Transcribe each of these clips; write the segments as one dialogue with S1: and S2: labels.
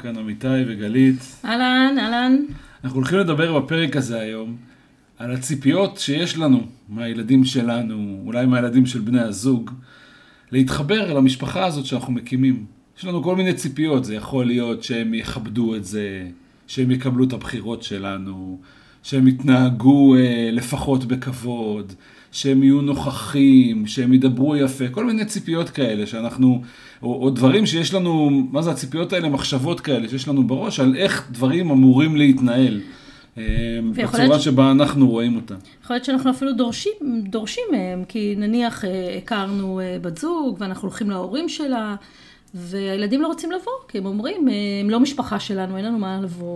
S1: כאן אמיתי וגלית.
S2: אהלן, אהלן.
S1: אנחנו הולכים לדבר בפרק הזה היום על הציפיות שיש לנו מהילדים שלנו, אולי מהילדים של בני הזוג, להתחבר למשפחה הזאת שאנחנו מקימים. יש לנו כל מיני ציפיות, זה יכול להיות שהם יכבדו את זה, שהם יקבלו את הבחירות שלנו, שהם יתנהגו לפחות בכבוד, שהם יהיו נוכחים, שהם ידברו יפה, כל מיני ציפיות כאלה שאנחנו, או דברים שיש לנו, מה זה הציפיות האלה, מחשבות כאלה שיש לנו בראש, על איך דברים אמורים להתנהל, בצורה שבה אנחנו רואים אותה.
S2: יכול להיות שאנחנו אפילו דורשים מהם, כי נניח הכרנו בת זוג, ואנחנו הולכים להורים שלה, והילדים לא רוצים לבוא, כי הם אומרים, הם לא משפחה שלנו, אין לנו מה לבוא,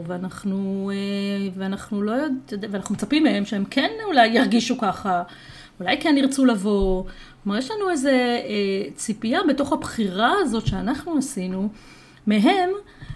S2: ואנחנו לא יודעים, ואנחנו מצפים מהם שהם כן אולי ירגישו ככה, אולי כן ירצו לבוא. כלומר, יש לנו איזה ציפייה בתוך הבחירה הזאת שאנחנו עשינו, מהם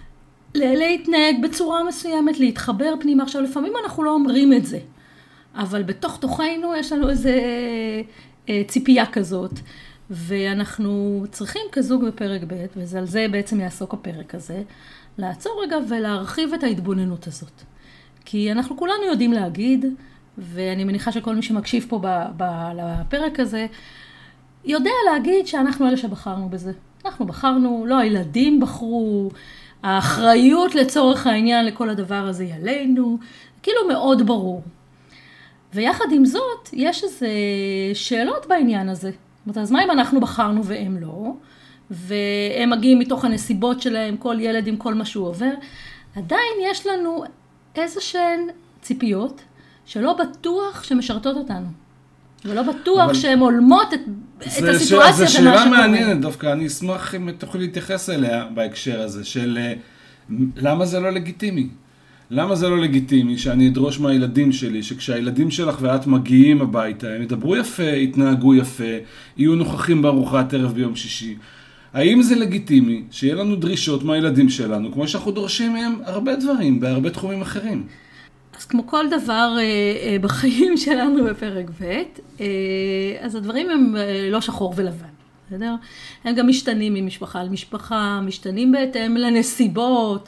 S2: להתנהג בצורה מסוימת, להתחבר פנימה. עכשיו, לפעמים אנחנו לא אומרים את זה, אבל בתוך תוכנו יש לנו איזה ציפייה כזאת, ואנחנו צריכים כזוג בפרק ב', ועל זה בעצם יעסוק הפרק הזה, לעצור רגע ולהרחיב את ההתבוננות הזאת. כי אנחנו כולנו יודעים להגיד, ואני מניחה שכל מי שמקשיב פה לפרק הזה, יודע להגיד שאנחנו אלה שבחרנו בזה. אנחנו בחרנו, לא הילדים בחרו, האחריות לצורך העניין לכל הדבר הזה היא עלינו, כאילו מאוד ברור. ויחד עם זאת, יש איזה שאלות בעניין הזה. אז מה אם אנחנו בחרנו והם לא, והם מגיעים מתוך הנסיבות שלהם, כל ילד עם כל מה שהוא עובר, עדיין יש לנו איזשהן ציפיות שלא בטוח שמשרתות אותנו, ולא בטוח שהן עולמות את הסיטואציה.
S1: זו שאלה מעניינת דווקא, אני אשמח אם תוכלי להתייחס אליה בהקשר הזה, של למה זה לא לגיטימי? למה זה לא לגיטימי שאני אדרוש מהילדים שלי, שכשהילדים שלך ואת מגיעים הביתה, הם ידברו יפה, יתנהגו יפה, יהיו נוכחים בארוחת ערב ביום שישי? האם זה לגיטימי שיהיה לנו דרישות מהילדים שלנו, כמו שאנחנו דורשים מהם הרבה דברים, בהרבה תחומים אחרים?
S2: אז כמו כל דבר בחיים שלנו בפרק ב', אז הדברים הם לא שחור ולבן, בסדר? הם גם משתנים ממשפחה למשפחה, משתנים בהתאם לנסיבות,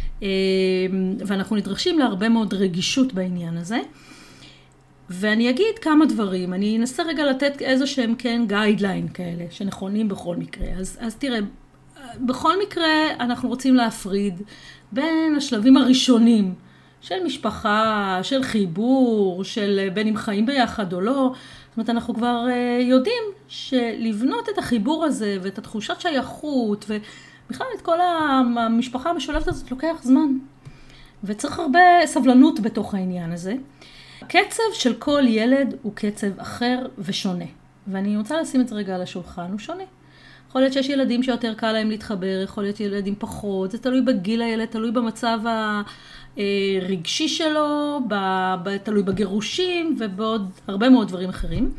S2: ואנחנו נדרשים להרבה מאוד רגישות בעניין הזה. ואני אגיד כמה דברים, אני אנסה רגע לתת איזה שהם כן גיידליין כאלה, שנכונים בכל מקרה. אז תראה, בכל מקרה אנחנו רוצים להפריד בין השלבים הראשונים של משפחה, של חיבור, של בין אם חיים ביחד או לא. זאת אומרת, אנחנו כבר יודעים שלבנות את החיבור הזה ואת התחושת שייכות ובכלל את כל המשפחה המשולבת הזאת לוקח זמן. וצריך הרבה סבלנות בתוך העניין הזה. הקצב של כל ילד הוא קצב אחר ושונה. ואני רוצה לשים את זה רגע על השולחן, הוא שונה. יכול להיות שיש ילדים שיותר קל להם להתחבר, יכול להיות ילדים פחות, זה תלוי בגיל הילד, תלוי במצב הרגשי שלו, תלוי בגירושים ובעוד הרבה מאוד דברים אחרים.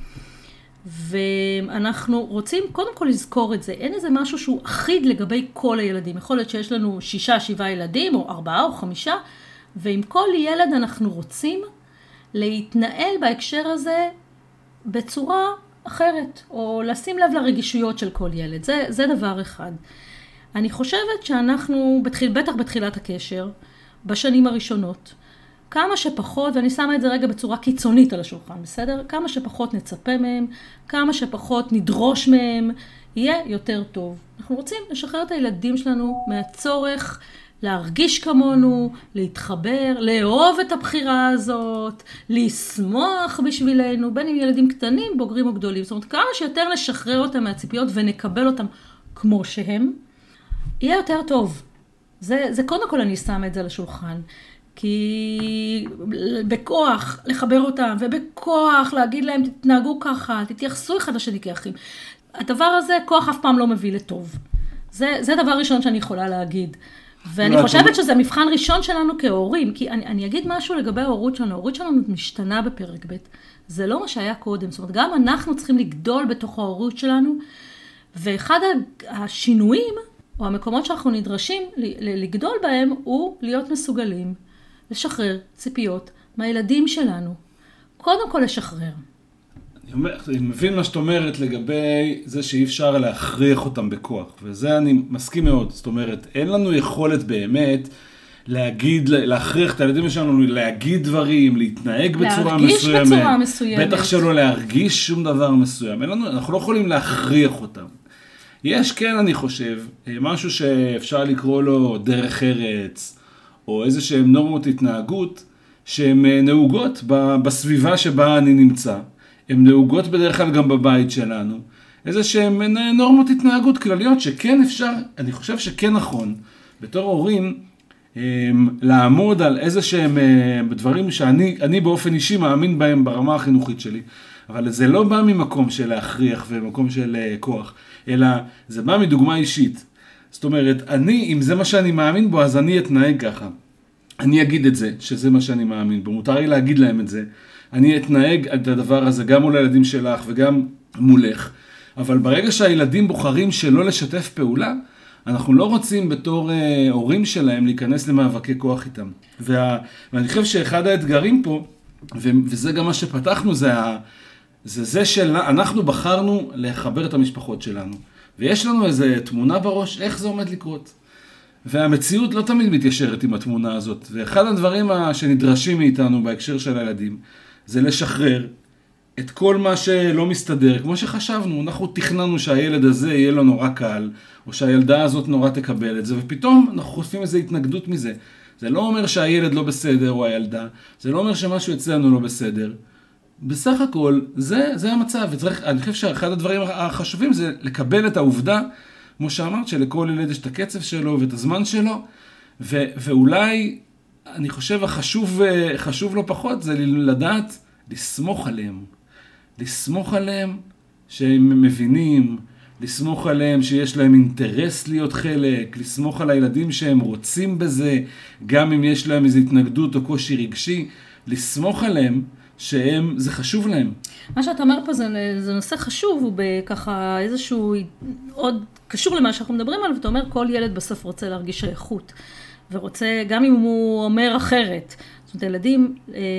S2: ואנחנו רוצים קודם כל לזכור את זה. אין איזה משהו שהוא אחיד לגבי כל הילדים. יכול להיות שיש לנו 6-7 ילדים, או 4 או 5, ועם כל ילד אנחנו רוצים להתנהל בהקשר הזה בצורה אחרת, או לשים לב לרגישויות של כל ילד. זה דבר אחד. אני חושבת שאנחנו, בטח בתחילת הקשר, בשנים הראשונות, כמה שפחות, ואני שמה את זה רגע בצורה קיצונית על השולחן, בסדר? כמה שפחות נצפה מהם, כמה שפחות נדרוש מהם, יהיה יותר טוב. אנחנו רוצים לשחרר את הילדים שלנו מהצורך להרגיש כמונו, להתחבר, לאהוב את הבחירה הזאת, לשמוח בשבילנו, בין אם ילדים קטנים, בוגרים או גדולים. זאת אומרת, כמה שיותר לשחרר אותם מהציפיות ונקבל אותם כמו שהם, יהיה יותר טוב. זה קודם כל אני שמה את זה לשולחן. כי בכוח לחבר אותם, ובכוח להגיד להם, תתנהגו ככה, תתייחסו אחד לשני כאחים. הדבר הזה, כוח אף פעם לא מביא לטוב. זה דבר ראשון שאני יכולה להגיד. ואני חושבת שזה מבחן ראשון שלנו כהורים, כי אני אגיד משהו לגבי ההורות שלנו. ההורות שלנו משתנה בפרק ב'. זה לא מה שהיה קודם. זאת אומרת, גם אנחנו צריכים לגדול בתוך ההורות שלנו, ואחד השינויים, או המקומות שאנחנו נדרשים לגדול בהם, הוא להיות מסוגלים לשחרר ציפיות מהילדים שלנו. קודם כל לשחרר.
S1: אני מבין מה שאת אומרת לגבי זה שאי אפשר להכריח אותם בכוח, וזה אני מסכים מאוד. זאת אומרת, אין לנו יכולת באמת להכריח את הילדים שלנו להגיד דברים, להתנהג בצורה מסוימת.
S2: להרגיש בצורה מסוימת.
S1: בטח שלא להרגיש שום דבר מסוים. אנחנו לא יכולים להכריח אותם. יש כן, אני חושב, משהו שאפשר לקרוא לו דרך ארץ, או איזה שהם נורמות התנהגות, שהן נהוגות בסביבה שבה אני נמצא. הן נהוגות בדרך כלל גם בבית שלנו. איזה שהן נורמות התנהגות כלליות שכן אפשר, אני חושב שכן נכון, בתור הורים, לעמוד על איזה שהם דברים שאני באופן אישי מאמין בהם ברמה החינוכית שלי. אבל זה לא בא ממקום של להכריח ומקום של כוח, אלא זה בא מדוגמה אישית. זאת אומרת, אם זה מה שאני מאמין בו, אז אני אתנהג ככה. אני אגיד את זה, שזה מה שאני מאמין בו. מותר לי להגיד להם את זה. אני אתנהג את הדבר הזה גם מול הילדים שלך וגם מולך. אבל ברגע שהילדים בוחרים שלא לשתף פעולה, אנחנו לא רוצים בתור הורים שלהם להיכנס למאבקי כוח איתם. ואני חושב שאחד האתגרים פה, וזה גם מה שפתחנו, זה שאנחנו בחרנו לחבר את המשפחות שלנו. ויש לנו איזו תמונה בראש, איך זה עומד לקרות. והמציאות לא תמיד מתיישרת עם התמונה הזאת. ואחד הדברים שנדרשים מאיתנו בהקשר של הילדים, זה לשחרר את כל מה שלא מסתדר. כמו שחשבנו, אנחנו תכננו שהילד הזה יהיה לו נורא קל, או שהילדה הזאת נורא תקבל את זה, ופתאום אנחנו חושפים איזו התנגדות מזה. זה לא אומר שהילד לא בסדר או הילדה, זה לא אומר שמשהו אצלנו לא בסדר. בסך הכל, זה המצב. אני חושב שאחד הדברים החשובים זה לקבל את העובדה, כמו שאמרת, שלכל ילד יש את הקצב שלו ואת הזמן שלו, ואולי, אני חושב, חשוב לא פחות, זה לדעת לסמוך עליהם. לסמוך עליהם שהם מבינים, לסמוך עליהם שיש להם אינטרס להיות חלק, לסמוך על הילדים שהם רוצים בזה, גם אם יש להם איזו התנגדות או קושי רגשי, לסמוך עליהם זה חשוב להם.
S2: מה שאתה אומר פה זה נושא חשוב, הוא בככה איזשהו עוד קשור למה שאנחנו מדברים עליו, ואתה אומר כל ילד בסוף רוצה להרגיש שייכות, ורוצה, גם אם הוא אומר אחרת. זאת אומרת, ילדים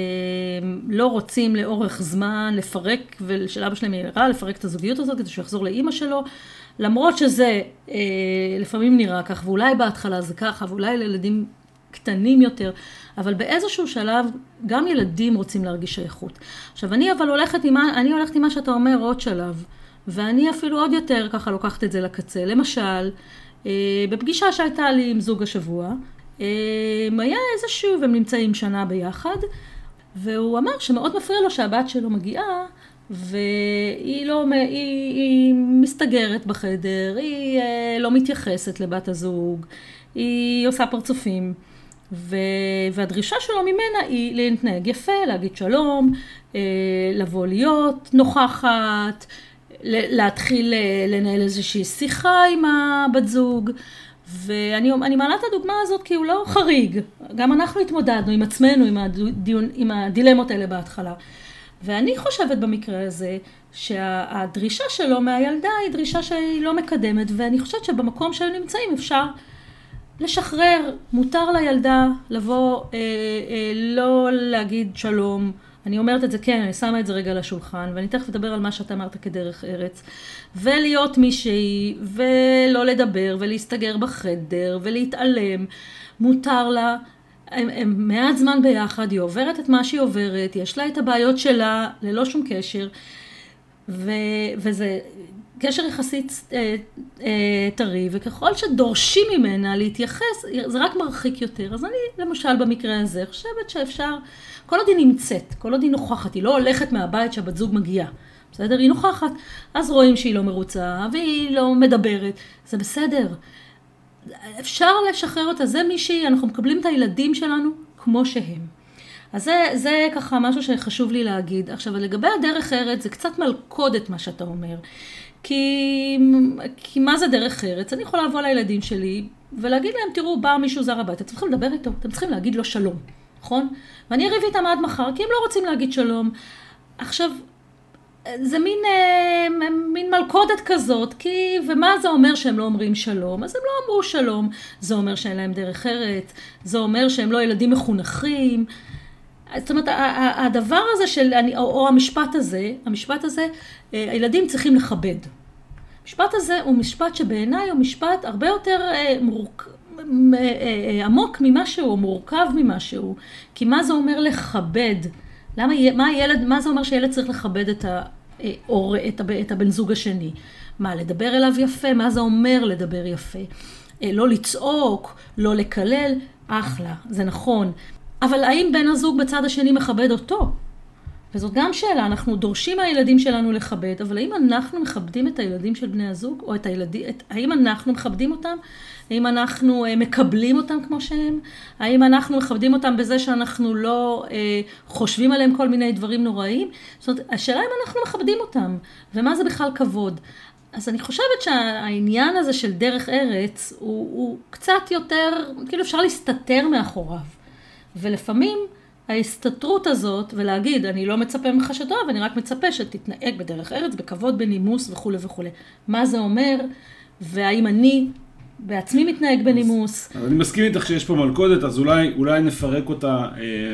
S2: לא רוצים לאורך זמן לפרק, ושל אבא שלהם יראה לפרק את הזוגיות הזאת, כדי שהוא יחזור לאמא שלו, למרות שזה לפעמים נראה כך, ואולי בהתחלה זה ככה, ואולי לילדים קטנים יותר, אבל באיזשהו שלב גם ילדים רוצים להרגיש שייכות. עכשיו, אני הולכת עם מה שאתה אומר עוד שלב, ואני אפילו עוד יותר ככה לוקחת את זה לקצה. למשל, בפגישה שהייתה לי עם זוג השבוע, היה איזשהו, והם נמצאים שנה ביחד, והוא אמר שמאוד מפריע לו שהבת שלו מגיעה, והיא היא מסתגרת בחדר, היא לא מתייחסת לבת הזוג, היא עושה פרצופים, והדרישה שלו ממנה היא להתנהג יפה, להגיד שלום, לבוא להיות נוכחת, להתחיל לנהל איזושהי שיחה עם הבת זוג, ואני מעלה את הדוגמה הזאת כי הוא לא חריג. גם אנחנו התמודדנו עם עצמנו, עם הדילמות האלה בהתחלה. ואני חושבת במקרה הזה שהדרישה שלו מהילדה היא דרישה שהיא לא מקדמת, ואני חושבת שבמקום שהם נמצאים אפשר לשחרר. מותר לילדה לבוא, לא להגיד שלום. אני אומרת את זה, כן, אני שמה את זה רגע על השולחן, ואני תכף אדבר על מה שאתה אמרת כדרך ארץ, ולהיות מישהי, ולא לדבר, ולהסתגר בחדר, ולהתעלם. מותר לה, הם מעט זמן ביחד, היא עוברת את מה שהיא עוברת, יש לה את הבעיות שלה, ללא שום קשר, וזה קשר יחסית טרי, וככל שדורשים ממנה להתייחס, זה רק מרחיק יותר. אז אני, למשל, במקרה הזה, חושבת שאפשר, כל עוד היא נמצאת, כל עוד היא נוכחת, היא לא הולכת מהבית שהבת זוג מגיעה, בסדר? היא נוכחת, אז רואים שהיא לא מרוצה, והיא לא מדברת, זה בסדר. אפשר לשחרר אותה, זה מישהי, אנחנו מקבלים את הילדים שלנו כמו שהם. אז זה ככה משהו שחשוב לי להגיד. עכשיו, לגבי הדרך ארץ, זה קצת מלכודת מה שאתה אומר. כי מה זה דרך ארץ? אני יכולה לבוא לילדים שלי ולהגיד להם, תראו, בא מישהו זר הביתה, אתם צריכים לדבר איתו, אתם צריכים להגיד לו שלום, נכון? ואני אריב איתם עד מחר, כי הם לא רוצים להגיד שלום. עכשיו, זה מין מלכודת כזאת, ומה זה אומר שהם לא אומרים שלום? אז הם לא אמרו שלום, זה אומר שאין להם דרך ארץ, זה אומר שהם לא ילדים מחונכים. זאת אומרת, הדבר הזה או המשפט הזה, הילדים צריכים לכבד. המשפט הזה הוא משפט שבעיניי הוא משפט הרבה יותר עמוק ממה שהוא, מורכב ממה שהוא. כי מה זה אומר לכבד? מה זה אומר שילד צריך לכבד את הבן זוג השני? מה, לדבר אליו יפה? מה זה אומר לדבר יפה? לא לצעוק, לא לקלל, אחלה, זה נכון. אבל האם בן הזוג בצד השני מכבד אותו? וזאת גם שאלה, אנחנו דורשים מהילדים שלנו לכבד, אבל האם אנחנו מכבדים את הילדים של בני הזוג? או האם אנחנו מכבדים אותם? האם אנחנו מקבלים אותם כמו שהם? האם אנחנו מכבדים אותם בזה שאנחנו לא חושבים עליהם כל מיני דברים נוראים? זאת אומרת, השאלה אם אנחנו מכבדים אותם, ומה זה בכלל כבוד? אז אני חושבת שהעניין הזה של דרך ארץ הוא קצת יותר, כאילו אפשר להסתתר מאחוריו. ולפעמים ההסתתרות הזאת, ולהגיד, אני לא מצפה ממך שתאהב, אני רק מצפה שתתנהג בדרך ארץ, בכבוד, בנימוס וכו' וכו'. מה זה אומר, והאם אני בעצמי מתנהג בנימוס.
S1: אני מסכים איתך שיש פה מלכודת, אז אולי נפרק אותה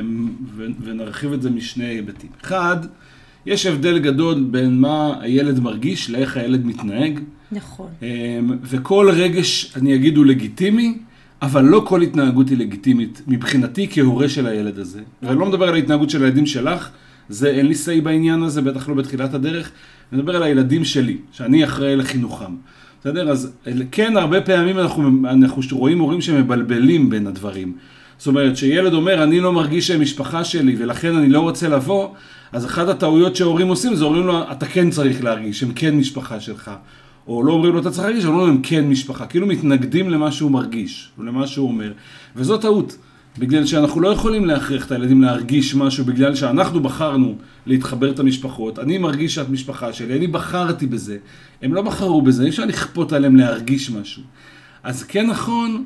S1: ונרחיב את זה משני היבטים. אחד, יש הבדל גדול בין מה הילד מרגיש לאיך הילד מתנהג.
S2: נכון.
S1: וכל רגש, אני אגיד, הוא לגיטימי, אבל לא כל התנהגות היא לגיטימית, מבחינתי כהורה של הילד הזה. ואני לא מדבר על ההתנהגות של הילדים שלך, אין לי סי בעניין הזה, בטח לא בתחילת הדרך. אני מדבר על הילדים שלי, שאני אחראי לחינוכם. בסדר? אז כן, הרבה פעמים אנחנו רואים הורים שמבלבלים בין הדברים. זאת אומרת, שילד אומר, אני לא מרגיש שהם משפחה שלי, ולכן אני לא רוצה לבוא, אז אחת הטעויות שההורים עושים, זה אומרים לו, אתה כן צריך להרגיש, הם כן משפחה שלך. או לא אומרים לו, אתה צריך להרגיש, אומרים לו, הם כן משפחה. כאילו מתנגדים למה שהוא מרגיש, או למה שהוא אומר. וזו טעות, בגלל שאנחנו לא יכולים להכריח את הילדים להרגיש משהו, בגלל שאנחנו בחרנו להתחבר את המשפחות. אני מרגיש שאת משפחה שלי, אני בחרתי בזה. הם לא בחרו בזה, אי אפשר לכפות עליהם להרגיש משהו. אז כן נכון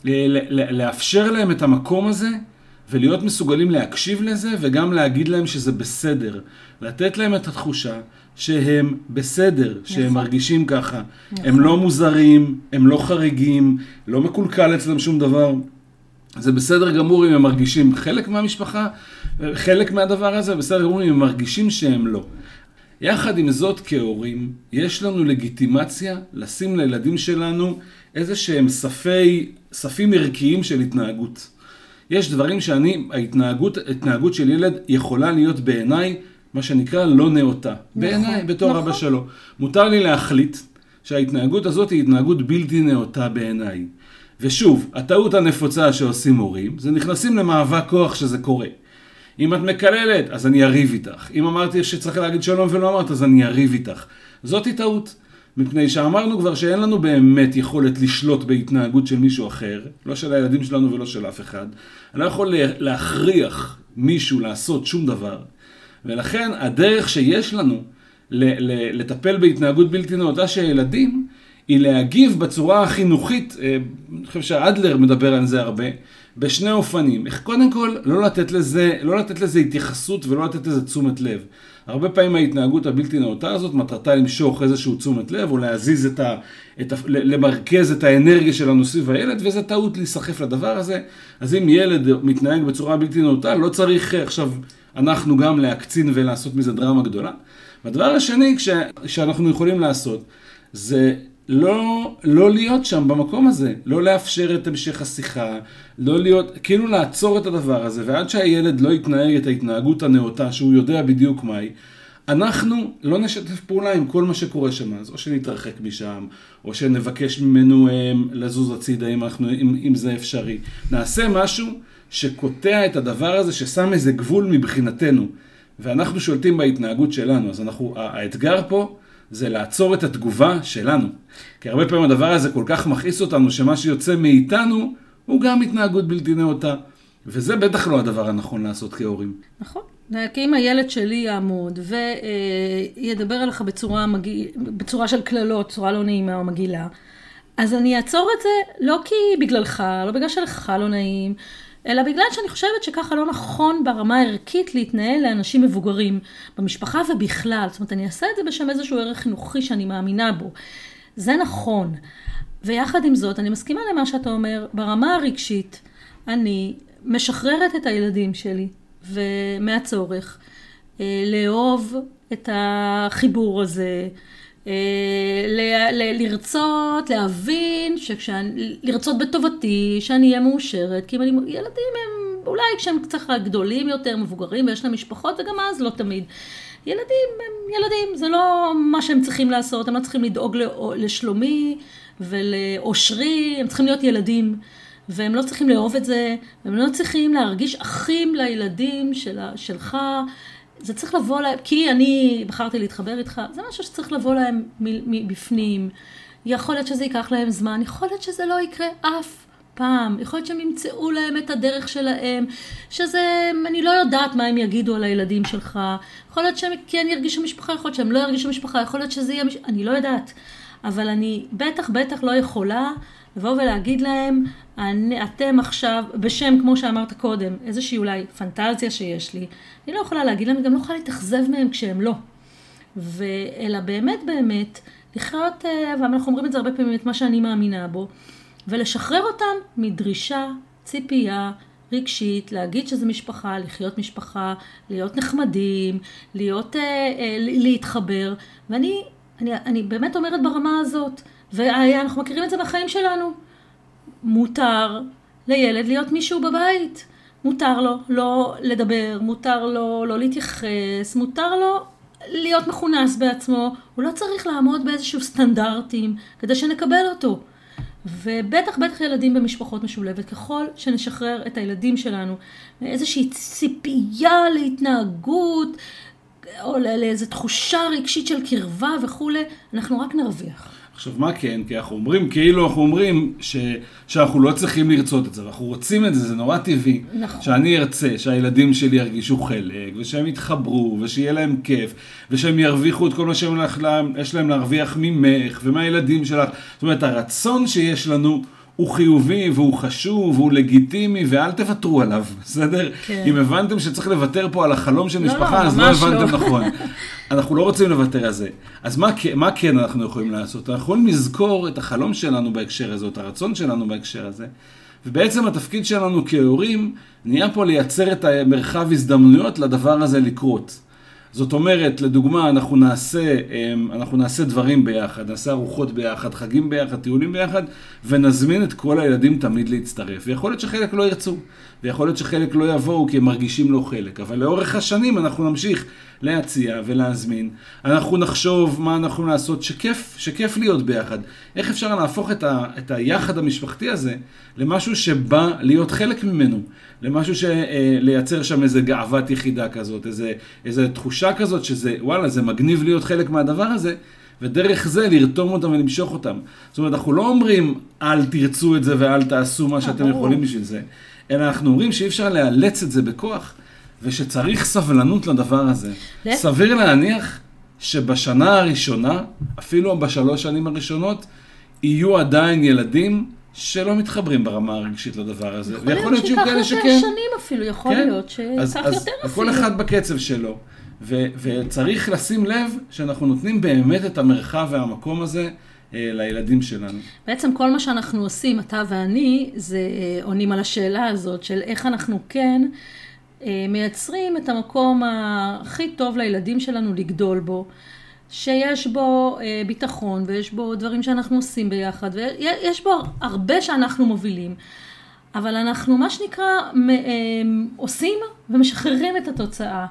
S1: לאפשר להם את המקום הזה, ולהיות מסוגלים להקשיב לזה, וגם להגיד להם שזה בסדר. לתת להם את התחושה שהם בסדר, שהם מרגישים ככה. הם לא מוזרים, הם לא חריגים, לא מקולקל אצלם שום דבר. זה בסדר גמור אם הם מרגישים חלק מהמשפחה, חלק מהדבר הזה, בסדר גמור אם הם מרגישים שהם לא. יחד עם זאת כהורים, יש לנו לגיטימציה לשים לילדים שלנו איזה שהם ספים ערכיים של התנהגות. יש דברים ההתנהגות של ילד יכולה להיות בעיניי, מה שנקרא לא נאותה. בעיניי, בתור אבא שלו. מותר לי להחליט שההתנהגות הזאת היא התנהגות בלתי נאותה בעיניי. ושוב, הטעות הנפוצה שעושים הורים, זה נכנסים למאבק כוח שזה קורה. אם את מקללת, אז אני אריב איתך. אם אמרתי שצריך להגיד שלום ולא אמרת, אז אני אריב איתך. זאת היא טעות. מפני שאמרנו כבר שאין לנו באמת יכולת לשלוט בהתנהגות של מישהו אחר, לא של הילדים שלנו ולא של אף אחד. אני לא יכול להכריח מישהו לעשות שום דבר. ולכן הדרך שיש לנו לטפל בהתנהגות בלתי נאותה של ילדים, היא להגיב בצורה החינוכית, אני חושב שאדלר מדבר על זה הרבה, בשני אופנים. קודם כל, לא לתת לזה התייחסות ולא לתת לזה תשומת לב. הרבה פעמים ההתנהגות הבלתי נאותה הזאת מטרתה למשוך איזשהו תשומת לב, או להזיז למרכז את האנרגיה שלנו סביב הילד, וזה טעות להיסחף לדבר הזה. אז אם ילד מתנהג בצורה בלתי נאותה, לא צריך עכשיו אנחנו גם להקצין ולעשות מזה דרמה גדולה. והדבר השני שאנחנו יכולים לעשות, זה לא להיות שם במקום הזה, לא לאפשר את המשך השיחה, לא להיות, כאילו לעצור את הדבר הזה, ועד שהילד לא יתנהג את ההתנהגות הנאותה, שהוא יודע בדיוק מהי, אנחנו לא נשתף פעולה עם כל מה שקורה שם, אז או שנתרחק משם, או שנבקש ממנו לזוז הצידה אם זה אפשרי. נעשה משהו שקוטע את הדבר הזה, ששם איזה גבול מבחינתנו, ואנחנו שולטים בהתנהגות שלנו, אז האתגר פה, זה לעצור את התגובה שלנו. כי הרבה פעמים הדבר הזה כל כך מכעיס אותנו, שמה שיוצא מאיתנו, הוא גם התנהגות בלתי נאותה. וזה בטח לא הדבר הנכון לעשות כהורים. נכון.
S2: כי אם הילד שלי יעמוד וידבר עליך בצורה של כללות, צורה לא נעימה או מגעילה, אז אני אעצור את זה לא כי בגללך, לא בגלל שלך לא נעים, אלא בגלל שאני חושבת שככה לא נכון ברמה הערכית להתנהל לאנשים מבוגרים במשפחה ובכלל. זאת אומרת, אני אעשה את זה בשם איזשהו ערך חינוכי שאני מאמינה בו. זה נכון. ויחד עם זאת, אני מסכימה למה שאתה אומר, ברמה הרגשית, אני משחררת את הילדים שלי ומהצורך לאהוב את החיבור הזה, לרצות, להבין, לרצות בטובתי, שאני אהיה מאושרת, כי ילדים הם אולי כשהם קצת גדולים יותר, מבוגרים ויש להם משפחות, וגם אז לא תמיד. ילדים הם ילדים, זה לא מה שהם צריכים לעשות, הם לא צריכים לדאוג לשלומי ולאושרי, הם צריכים להיות ילדים, והם לא צריכים לאהוב את זה, והם לא צריכים להרגיש אחים לילדים שלך, זה צריך לבוא להם, כי אני בחרתי להתחבר איתך, זה משהו שצריך לבוא להם מבפנים, יכול להיות שזה ייקח להם זמן, יכול להיות שזה לא יקרה אף פעם, יכול להיות שהם ימצאו להם את הדרך שלהם, שזה, אני לא יודעת מה הם יגידו על הילדים שלך, יכול להיות שהם כן ירגישו משפחה, יכול להיות שהם לא ירגישו משפחה, יכול להיות שזה יהיה אני לא יודעת, אבל אני בטח לא יכולה לבוא ולהגיד להם, אתם עכשיו, בשם כמו שאמרת קודם, איזושהי אולי פנטזיה שיש לי, אני לא יכולה להגיד להם, גם לא יכולה להתאכזב מהם כשהם לא. אלא באמת, לחיות, ואנחנו אומרים את זה הרבה פעמים, את מה שאני מאמינה בו, ולשחרר אותם מדרישה, ציפייה, רגשית, להגיד שזה משפחה, לחיות משפחה, להיות נחמדים, להתחבר, ואני באמת אומרת ברמה הזאת, ואנחנו מכירים את זה בחיים שלנו, מותר לילד להיות מישהו בבית, מותר לו לא לדבר, מותר לו לא להתייחס, מותר לו להיות מכונס בעצמו, הוא לא צריך לעמוד באיזשהו סטנדרטים כדי שנקבל אותו. ובטח ילדים במשפחות משולבת, ככל שנשחרר את הילדים שלנו מאיזושהי ציפייה להתנהגות, או לאיזו תחושה רגשית של קרבה וכו', אנחנו רק נרוויח.
S1: עכשיו מה כן? כי אנחנו אומרים שאנחנו לא צריכים לרצות את זה, ואנחנו רוצים את זה, זה נורא טבעי.
S2: נכון.
S1: שאני ארצה, שהילדים שלי ירגישו חלק, ושהם יתחברו, ושיהיה להם כיף, ושהם ירוויחו את כל מה שיש להם להרוויח ממך, ומהילדים שלך. זאת אומרת, הרצון שיש לנו הוא חיובי, והוא חשוב, והוא לגיטימי, ואל תוותרו עליו, בסדר?
S2: כן.
S1: אם הבנתם שצריך לוותר פה על החלום של משפחה, אז לא הבנתם נכון. אנחנו לא רוצים לוותר על זה. אז מה כן אנחנו יכולים לעשות? אנחנו יכולים לזכור את החלום שלנו בהקשר הזה, את הרצון שלנו בהקשר הזה, ובעצם התפקיד שלנו כהורים נהיה פה לייצר את המרחב הזדמנויות לדבר הזה לקרות. זאת אומרת, לדוגמה, אנחנו נעשה דברים ביחד, נעשה ארוחות ביחד, חגים ביחד, טיולים ביחד, ונזמין את כל הילדים תמיד להצטרף. ויכול להיות שחלק לא ירצו, ויכול להיות שחלק לא יבואו כי הם מרגישים לא חלק. אבל לאורך השנים אנחנו נמשיך להציע ולהזמין. אנחנו נחשוב מה אנחנו לעשות שכיף להיות ביחד. איך אפשר להפוך את היחד המשפחתי הזה למשהו שבא להיות חלק ממנו. למשהו לייצר שם איזה גאוות יחידה כזאת, איזה תחושה כזאת שזה, וואלה, זה מגניב להיות חלק מהדבר הזה, ודרך זה לרתום אותם ולמשוך אותם. זאת אומרת, אנחנו לא אומרים, אל תרצו את זה ואל תעשו מה שאתם יכולים בשביל זה, אלא אנחנו אומרים שאי אפשר לאלץ את זה בכוח, ושצריך סבלנות לדבר הזה. סביר להניח שבשנה הראשונה, אפילו בשלוש שנים הראשונות, יהיו עדיין ילדים שלא מתחברים ברמה הרגשית לדבר הזה.
S2: יכול להיות שיקח יותר שנים אפילו, יכול להיות שיקח יותר אפילו.
S1: כל אחד בקצב שלו. וצריך לשים לב שאנחנו נותנים באמת את המרחב והמקום הזה לילדים שלנו.
S2: בעצם כל מה שאנחנו עושים, אתה ואני, זה עונים על השאלה הזאת של איך אנחנו כן מייצרים את המקום הכי טוב לילדים שלנו לגדול בו. שיש בו ביטחון, ויש בו דברים שאנחנו עושים ביחד, ויש בו הרבה שאנחנו מובילים, אבל אנחנו מה שנקרא עושים ומשחררים את התוצאה,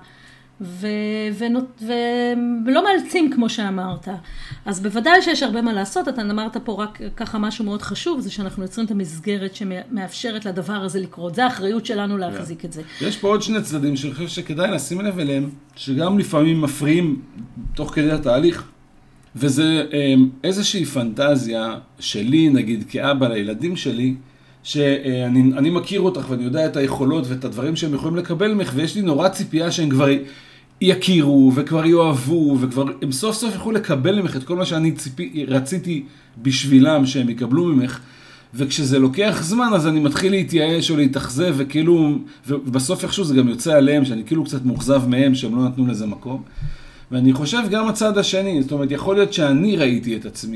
S2: ולא מאלצים כמו שאמרת. אז בוודאי שיש הרבה מה לעשות, אתה אמרת פה רק ככה משהו מאוד חשוב, זה שאנחנו יוצרים את המסגרת שמאפשרת לדבר הזה לקרות, זה האחריות שלנו להחזיק את זה.
S1: יש פה עוד שני צדדים שאני חושב שכדאי לשים לב אליהם, שגם לפעמים מפריעים תוך כדי התהליך, וזה איזושהי פנטזיה שלי, נגיד כאבא לילדים שלי, שאני מכיר אותך ואני יודע את היכולות ואת הדברים שהם יכולים לקבל ממך, ויש לי נורא ציפייה שהם כבר יכירו וכבר יאהבו, וכבר הם סוף סוף יכולו לקבל ממך את כל מה שאני רציתי בשבילם שהם יקבלו ממך, וכשזה לוקח זמן אז אני מתחיל להתייאש או להתאכזב, ובסוף איכשהו זה גם יוצא עליהם, שאני כאילו קצת מוחזב מהם שהם לא נתנו לזה מקום. ואני חושב גם הצד השני, זאת אומרת, יכול להיות שאני ראיתי את עצמי,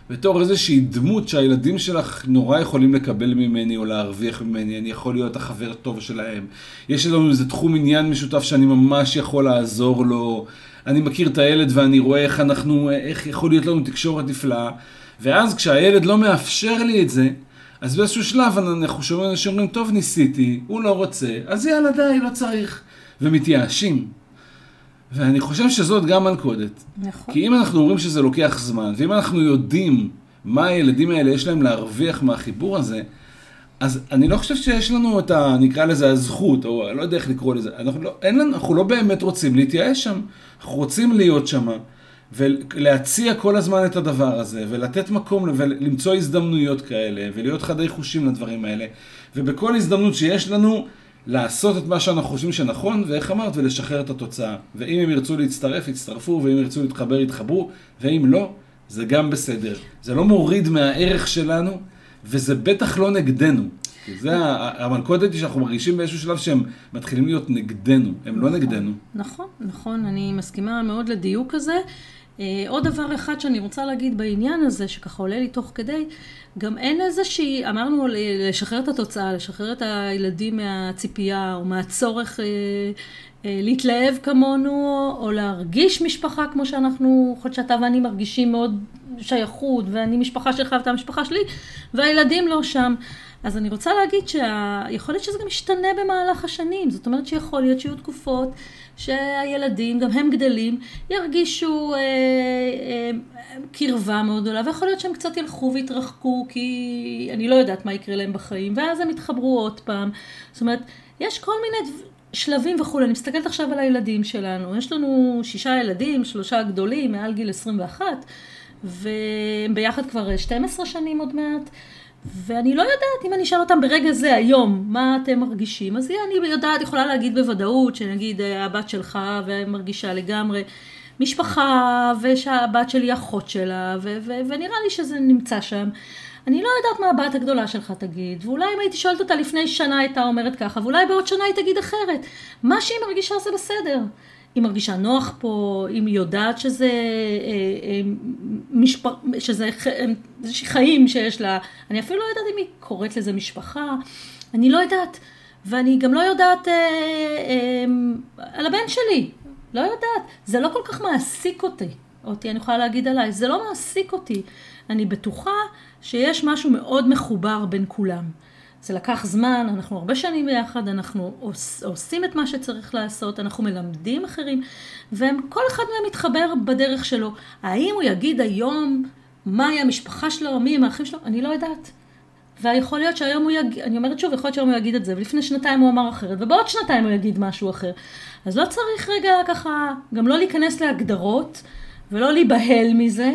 S1: בתור איזושהי דמות שהילדים שלך נורא יכולים לקבל ממני או להרוויח ממני, אני יכול להיות החבר טוב שלהם. יש לנו איזה תחום עניין משותף שאני ממש יכול לעזור לו. אני מכיר את הילד ואני רואה איך יכול להיות לנו תקשורת נפלאה. ואז כשהילד לא מאפשר לי את זה, אז באיזשהו שלב אנחנו שומעים, טוב ניסיתי, הוא לא רוצה, אז יאללה די, לא צריך. ומתייאשים. ואני חושב שזאת גם מלכודת.
S2: נכון.
S1: כי אם אנחנו אומרים שזה לוקח זמן, ואם אנחנו יודעים מה הילדים האלה יש להם להרוויח מהחיבור הזה, אז אני לא חושב שיש לנו את נקרא לזה הזכות, או לא יודע איך לקרוא לזה, אנחנו לא באמת רוצים להתייאש שם, אנחנו רוצים להיות שם, ולהציע כל הזמן את הדבר הזה, ולתת מקום, ולמצוא הזדמנויות כאלה, ולהיות חדי חושים לדברים האלה, ובכל הזדמנות שיש לנו, לעשות את מה שאנחנו חושבים שנכון, ואיך אמרת, ולשחרר את התוצאה. ואם הם ירצו להצטרף, יצטרפו, ואם ירצו להתחבר, יתחברו, ואם לא, זה גם בסדר. זה לא מוריד מהערך שלנו, וזה בטח לא נגדנו. כי זה המלכודת שאנחנו מרגישים באיזשהו שלב שהם מתחילים להיות נגדנו, הם לא נגדנו.
S2: נכון, נכון, אני מסכימה מאוד לדיוק הזה. עוד דבר אחד שאני רוצה להגיד בעניין הזה, שככה עולה לי תוך כדי, גם אין איזושהי, אמרנו לשחרר את התוצאה, לשחרר את הילדים מהציפייה או מהצורך להתלהב כמונו, או להרגיש משפחה כמו שאנחנו, יכול להיות שאתה ואני מרגישים מאוד שייכות, ואני משפחה שלך ואתה המשפחה שלי, והילדים לא שם. אז אני רוצה להגיד שיכול להיות שזה גם משתנה במהלך השנים. זאת אומרת שיכול להיות שיהיו תקופות שהילדים, גם הם גדלים, ירגישו קרבה מאוד גדולה, ויכול להיות שהם קצת ילכו והתרחקו, כי אני לא יודעת מה יקרה להם בחיים, ואז הם יתחברו עוד פעם. זאת אומרת, יש כל מיני שלבים וכו'. אני מסתכלת עכשיו על הילדים שלנו. יש לנו 6 ילדים, 3 גדולים, מעל גיל 21, והם ביחד כבר 12 שנים עוד מעט. ואני לא יודעת, אם אני אשאל אותם ברגע זה, היום, מה אתם מרגישים? אז אני יודעת, יכולה להגיד בוודאות, שנגיד הבת שלך ומרגישה לגמרי משפחה, ושהבת שלי אחות שלה, ונראה לי שזה נמצא שם. אני לא יודעת מה הבת הגדולה שלך תגיד, ואולי אם הייתי שואלת אותה לפני שנה הייתה אומרת ככה, ואולי בעוד שנה היא תגיד אחרת. מה שהיא מרגישה זה בסדר. היא מרגישה נוח פה, אם היא יודעת שזה חיים שיש לה. אני אפילו לא יודעת אם היא קוראת לזה משפחה. אני לא יודעת. ואני גם לא יודעת על הבן שלי. לא יודעת. זה לא כל כך מעסיק אותי. אני יכולה להגיד עליי. זה לא מעסיק אותי. אני בטוחה שיש משהו מאוד מחובר בין כולם. זה לקח זמן, אנחנו הרבה שנים ביחד, אנחנו עושים את מה שצריך לעשות, אנחנו מלמדים אחרים, וכל אחד מהם מתחבר בדרך שלו. האם הוא יגיד היום מהי המשפחה שלו, מי הם האחים שלו? אני לא יודעת. ויכול להיות שהיום הוא יגיד, אני אומרת שוב, יכול להיות שהיום הוא יגיד את זה, ולפני 2 הוא אמר אחרת, ובעוד 2 הוא יגיד משהו אחר. אז לא צריך רגע ככה, גם לא להיכנס להגדרות, ולא להיבהל מזה,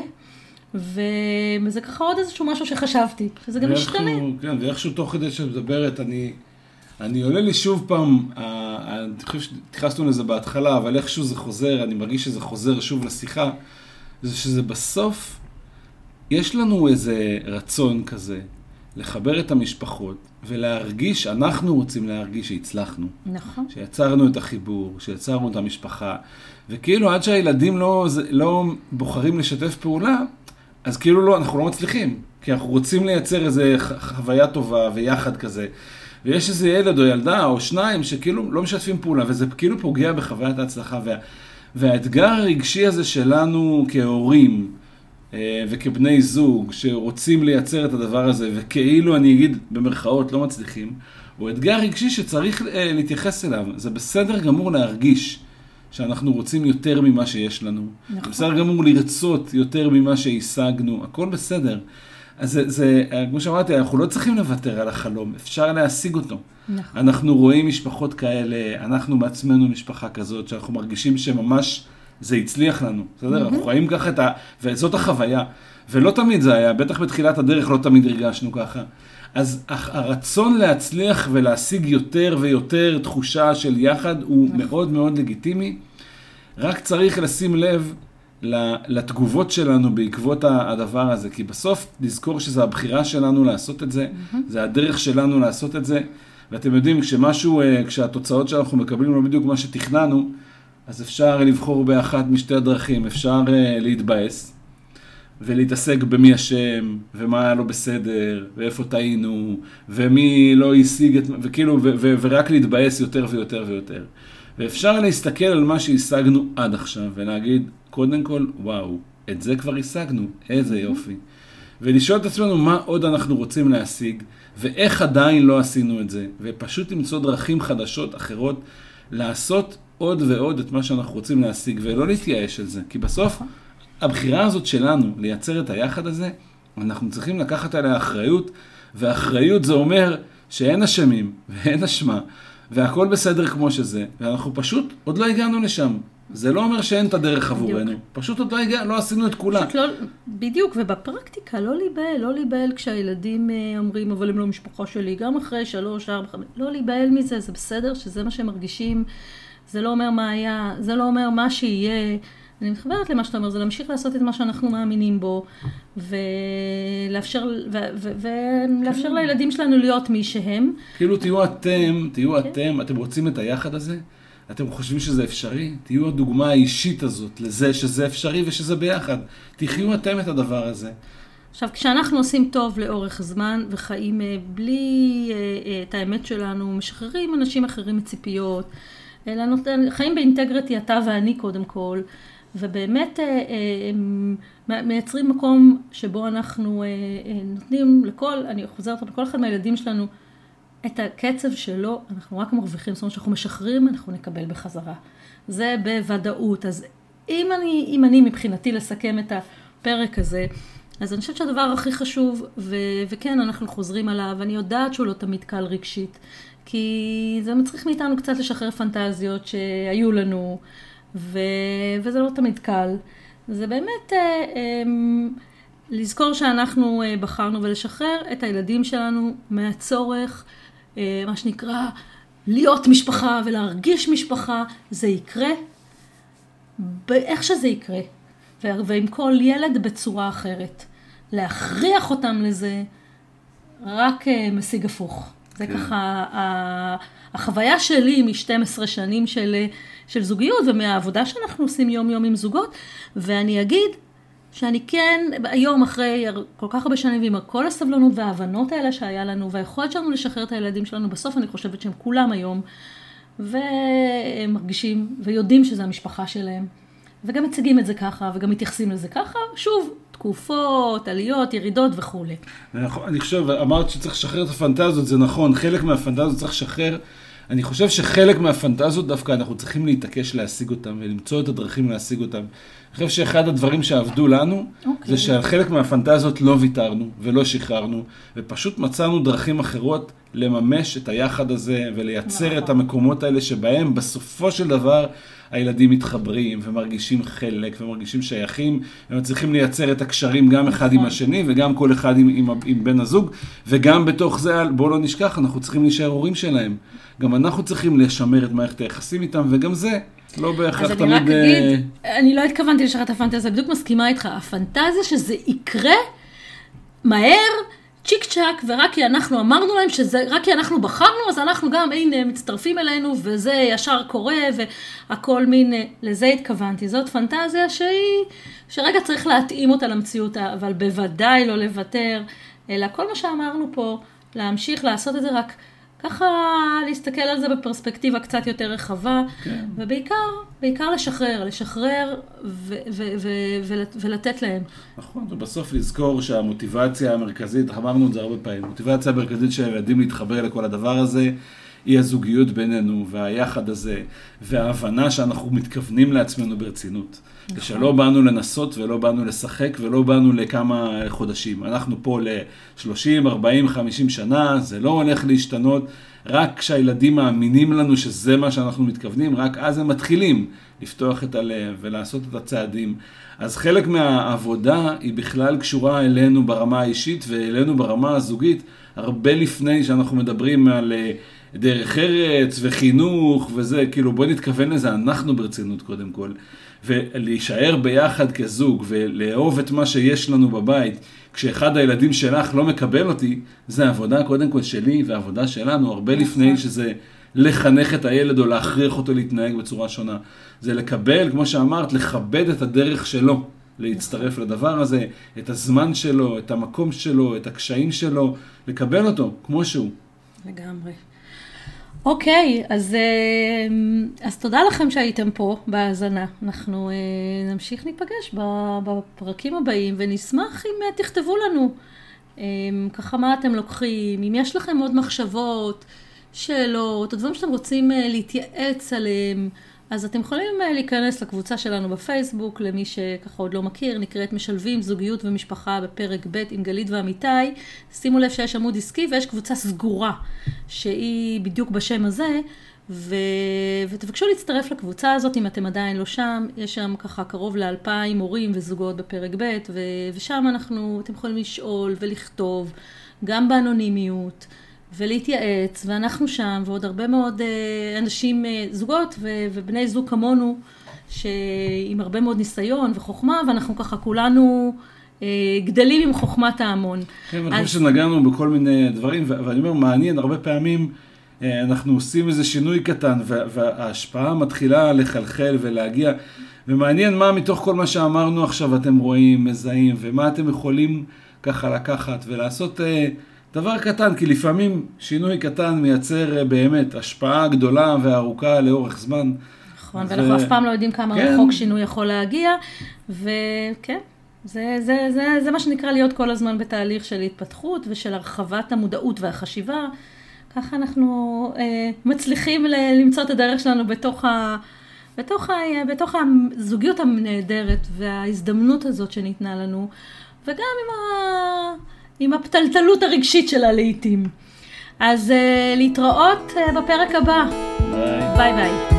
S2: וזה ככה עוד איזשהו משהו שחשבתי, שזה גם משתנה.
S1: כן, ואיכשהו תוך כדי שאת מדברת, אני עולה לי שוב פעם, אני חושב שתייחסנו לזה בהתחלה, אבל איכשהו זה חוזר, אני מרגיש שזה חוזר שוב לשיחה, זה שזה בסוף, יש לנו איזה רצון כזה, לחבר את המשפחות, ולהרגיש, אנחנו רוצים להרגיש שהצלחנו.
S2: נכון.
S1: שיצרנו את החיבור, שיצרנו את המשפחה, וכאילו עד שהילדים לא בוחרים לשתף פעולה, אז כאילו לא, אנחנו לא מצליחים, כי אנחנו רוצים לייצר איזה חוויה טובה ויחד כזה, ויש איזה ילד או ילדה או 2 שכאילו לא משתפים פעולה, וזה כאילו פוגע בחוויית ההצלחה, והאתגר הרגשי הזה שלנו כהורים וכבני זוג שרוצים לייצר את הדבר הזה, וכאילו אני אגיד במרכאות לא מצליחים, הוא אתגר רגשי שצריך להתייחס אליו. זה בסדר גמור להרגיש שאנחנו רוצים יותר ממה שיש לנו. נכון. בסדר גמור לרצות יותר ממה שהשגנו, הכל בסדר. אז זה, כמו שאמרתי, אנחנו לא צריכים לוותר על החלום, אפשר להשיג אותו. נכון. אנחנו רואים משפחות כאלה, אנחנו בעצמנו משפחה כזאת, שאנחנו מרגישים שממש זה הצליח לנו. בסדר? אנחנו חיים ככה וזאת החוויה. ולא תמיד זה היה, בטח בתחילת הדרך לא תמיד הרגשנו ככה. אז הרצון להצליח ולהשיג יותר ויותר תחושה של יחד הוא מאוד מאוד לגיטימי. רק צריך לשים לב לתגובות שלנו בעקבות הדבר הזה, כי בסוף לזכור שזה הבחירה שלנו לעשות את זה, זה הדרך שלנו לעשות את זה, ואתם יודעים, כשהתוצאות שאנחנו מקבלים לא בדיוק מה שתכננו, אז אפשר לבחור באחת משתי הדרכים, אפשר להתבאס, ולהתעסק במי השם, ומה היה לו בסדר, ואיפה טעינו, ומי לא השיג, וכאילו, ורק להתבאס יותר ויותר ויותר. ואפשר להסתכל על מה שהשגנו עד עכשיו, ולהגיד, קודם כל, וואו, את זה כבר השגנו, איזה יופי. ולשאול את עצמנו מה עוד אנחנו רוצים להשיג, ואיך עדיין לא עשינו את זה, ופשוט למצוא דרכים חדשות, אחרות, לעשות עוד ועוד את מה שאנחנו רוצים להשיג, ולא להתייאש על זה, כי בסוף, הבחירה הזאת שלנו, לייצר את היחד הזה, אנחנו צריכים לקחת עליה אחריות, ואחריות זה אומר שאין אשמים, ואין אשמה, והכל בסדר כמו שזה, ואנחנו פשוט עוד לא הגענו לשם. זה לא אומר שאין את הדרך עבורנו, פשוט עוד לא עשינו את כולה.
S2: בדיוק, ובפרקטיקה לא ליבהל כשהילדים אומרים, אבל הם לא משפחה שלי, גם אחרי 3, 4, 5, לא ליבהל מזה, זה בסדר שזה מה שהם מרגישים, זה לא אומר מה היה, זה לא אומר מה שיהיה. אני מתחברת למה שאתה אומר, זה להמשיך לעשות את מה שאנחנו מאמינים בו, ולאפשר לילדים שלנו להיות מי שהם.
S1: כאילו תהיו אתם, אתם רוצים את היחד הזה? אתם חושבים שזה אפשרי? תהיו הדוגמה האישית הזאת לזה שזה אפשרי ושזה ביחד. תחיו אתם את הדבר הזה.
S2: עכשיו, כשאנחנו עושים טוב לאורך זמן וחיים בלי את האמת שלנו, משחררים אנשים אחרים מציפיות, חיים באינטגריטי אתה ואני קודם כל, ובאמת מייצרים מקום שבו אנחנו נותנים אני חוזרת לכל אחד מהילדים שלנו, את הקצב שלו, אנחנו רק מרוויחים, זאת אומרת שאנחנו משחררים, אנחנו נקבל בחזרה. זה בוודאות. אז אם אני מבחינתי לסכם את הפרק הזה, אז אני חושבת שהדבר הכי חשוב, וכן, אנחנו חוזרים עליו, אני יודעת שהוא לא תמיד קל רגשית, כי זה מצריך מאיתנו קצת לשחרר פנטזיות שהיו לנו, וזה לא תמיד קל. זה באמת לזכור שאנחנו בחרנו ולשחרר את הילדים שלנו מהצורך, מה שנקרא, להיות משפחה ולהרגיש משפחה, זה יקרה, איך שזה יקרה, ועם כל ילד בצורה אחרת. להכריח אותם לזה, רק משיג הפוך. זה ככה, החוויה שלי מ-12 שנים של זוגיות, ומהעבודה שאנחנו עושים יום יום עם זוגות, ואני אגיד, שאני כן, היום אחרי כל כך הרבה שנים, ועם כל הסבלנות וההבנות האלה שהיה לנו, והיכולת שלנו לשחרר את הילדים שלנו, בסוף אני חושבת שהם כולם היום, והם מרגישים ויודעים שזה המשפחה שלהם, וגם מציגים את זה ככה, וגם מתייחסים לזה ככה, שוב, תקופות, עליות, ירידות וכו'.
S1: אני חושב, אמרת שצריך לשחרר את הפנטזיות, זה נכון, חלק מהפנטזיות צריך לשחרר, אני חושב שחלק מהפנטזיות דווקא אנחנו צריכים להתעקש להשיג אותם, ולמצוא את הדרכים להשיג אותם. אני חושב שאחד הדברים שעבדו לנו, זה שעל חלק מהפנטזיות לא ויתרנו ולא שחררנו, ופשוט מצאנו דרכים אחרות לממש את היחד הזה, ולייצר את המקומות האלה שבהם בסופו של דבר הילדים מתחברים ומרגישים חלק ומרגישים שייכים, הם צריכים לייצר את הקשרים גם אחד עם השני וגם כל אחד עם בן הזוג, וגם בתוך זה, בואו לא נשכח, אנחנו צריכים להישאר הורים שלהם. גם אנחנו צריכים לשמר את מערכת היחסים איתם, וגם זה לא בהכרח תמיד... אז אני רק אגיד,
S2: אני לא התכוונתי לשחרר את הפנטזיה, בדיוק מסכימה איתך, הפנטזיה שזה יקרה מהר, צ'יק צ'ק, ורק כי אנחנו אמרנו להם שזה, רק כי אנחנו בחרנו, אז אנחנו גם, הנה, מצטרפים אלינו, וזה ישר קורה, והכל מין, לזה התכוונתי. זאת פנטזיה שרגע צריך להתאים אותה למציאות, אבל בוודאי לא לוותר, אלא כל מה שאמרנו פה, להמשיך לעשות את זה רק ככה, להסתכל על זה בפרספקטיבה קצת יותר רחבה, ובעיקר לשחרר ולתת להם.
S1: נכון, ובסוף לזכור שהמוטיבציה המרכזית, אמרנו את זה הרבה פעמים, המוטיבציה המרכזית שהילדים להתחבר לכל הדבר הזה, היא הזוגיות בינינו, והיחד הזה, וההבנה שאנחנו מתכוונים לעצמנו ברצינות. ושלא באנו לנסות, ולא באנו לשחק, ולא באנו לכמה חודשים. אנחנו פה ל-30, 40, 50 שנה, זה לא הולך להשתנות, רק כשהילדים מאמינים לנו שזה מה שאנחנו מתכוונים, רק אז הם מתחילים לפתוח את הלב ולעשות את הצעדים. אז חלק מהעבודה היא בכלל קשורה אלינו ברמה האישית, ואלינו ברמה הזוגית, הרבה לפני שאנחנו מדברים על דרך ארץ וחינוך וזה, כאילו בוא נתכוון לזה, אנחנו ברצינות קודם כל. ולהישאר ביחד כזוג ולאהוב את מה שיש לנו בבית, כשאחד הילדים שלך לא מקבל אותי, זה עבודה קודם כל שלי ועבודה שלנו, הרבה לפני שזה לחנך את הילד או להכריח אותו להתנהג בצורה שונה. זה לקבל, כמו שאמרת, לכבד את הדרך שלו. להצטרף לדבר הזה, את הזמן שלו, את המקום שלו, את הקשיים שלו, לקבל אותו כמו שהוא.
S2: לגמרי. אוקיי, אז תודה לכם שהייתם פה בהאזנה. אנחנו נמשיך להיפגש בפרקים הבאים, ונשמח אם תכתבו לנו ככה מה אתם לוקחים, אם יש לכם עוד מחשבות, שאלות, או דברים שאתם רוצים להתייעץ עליהם, אז אתם יכולים להיכנס לקבוצה שלנו בפייסבוק, למי שככה עוד לא מכיר, נקראת משלבים זוגיות ומשפחה בפרק ב' עם גלית ועמיתי. שימו לב שיש עמוד עסקי ויש קבוצה סגורה שהיא בדיוק בשם הזה, ותבקשו להצטרף לקבוצה הזאת אם אתם עדיין לא שם. יש שם ככה קרוב ל2,000 הורים וזוגות בפרק ב', ושם אתם יכולים לשאול ולכתוב גם באנונימיות ולהתייעץ, ואנחנו שם, ועוד הרבה מאוד אנשים, זוגות ובני זוג כמונו, עם הרבה מאוד ניסיון וחוכמה, ואנחנו ככה כולנו גדלים עם חוכמת ההמון.
S1: כן, אני חושב שנגענו בכל מיני דברים, ואני אומר, מעניין, הרבה פעמים אנחנו עושים איזה שינוי קטן, וההשפעה מתחילה לחלחל ולהגיע, ומעניין מה מתוך כל מה שאמרנו עכשיו אתם רואים, מזהים, ומה אתם יכולים ככה לקחת ולעשות דבר קטן, כי לפעמים שינוי קטן מייצר באמת השפעה גדולה וארוכה לאורך זמן.
S2: נכון, ואנחנו אף פעם לא יודעים כמה רחוק שינוי יכול להגיע, וכן, זה מה שנקרא להיות כל הזמן בתהליך של התפתחות ושל הרחבת המודעות והחשיבה. ככה אנחנו מצליחים למצוא את הדרך שלנו בתוך הזוגיות הנהדרת וההזדמנות הזאת שניתנה לנו, וגם עם הפתלתלות הרגשית שלה לעתים. אז להתראות בפרק הבא.
S1: ביי.
S2: ביי ביי.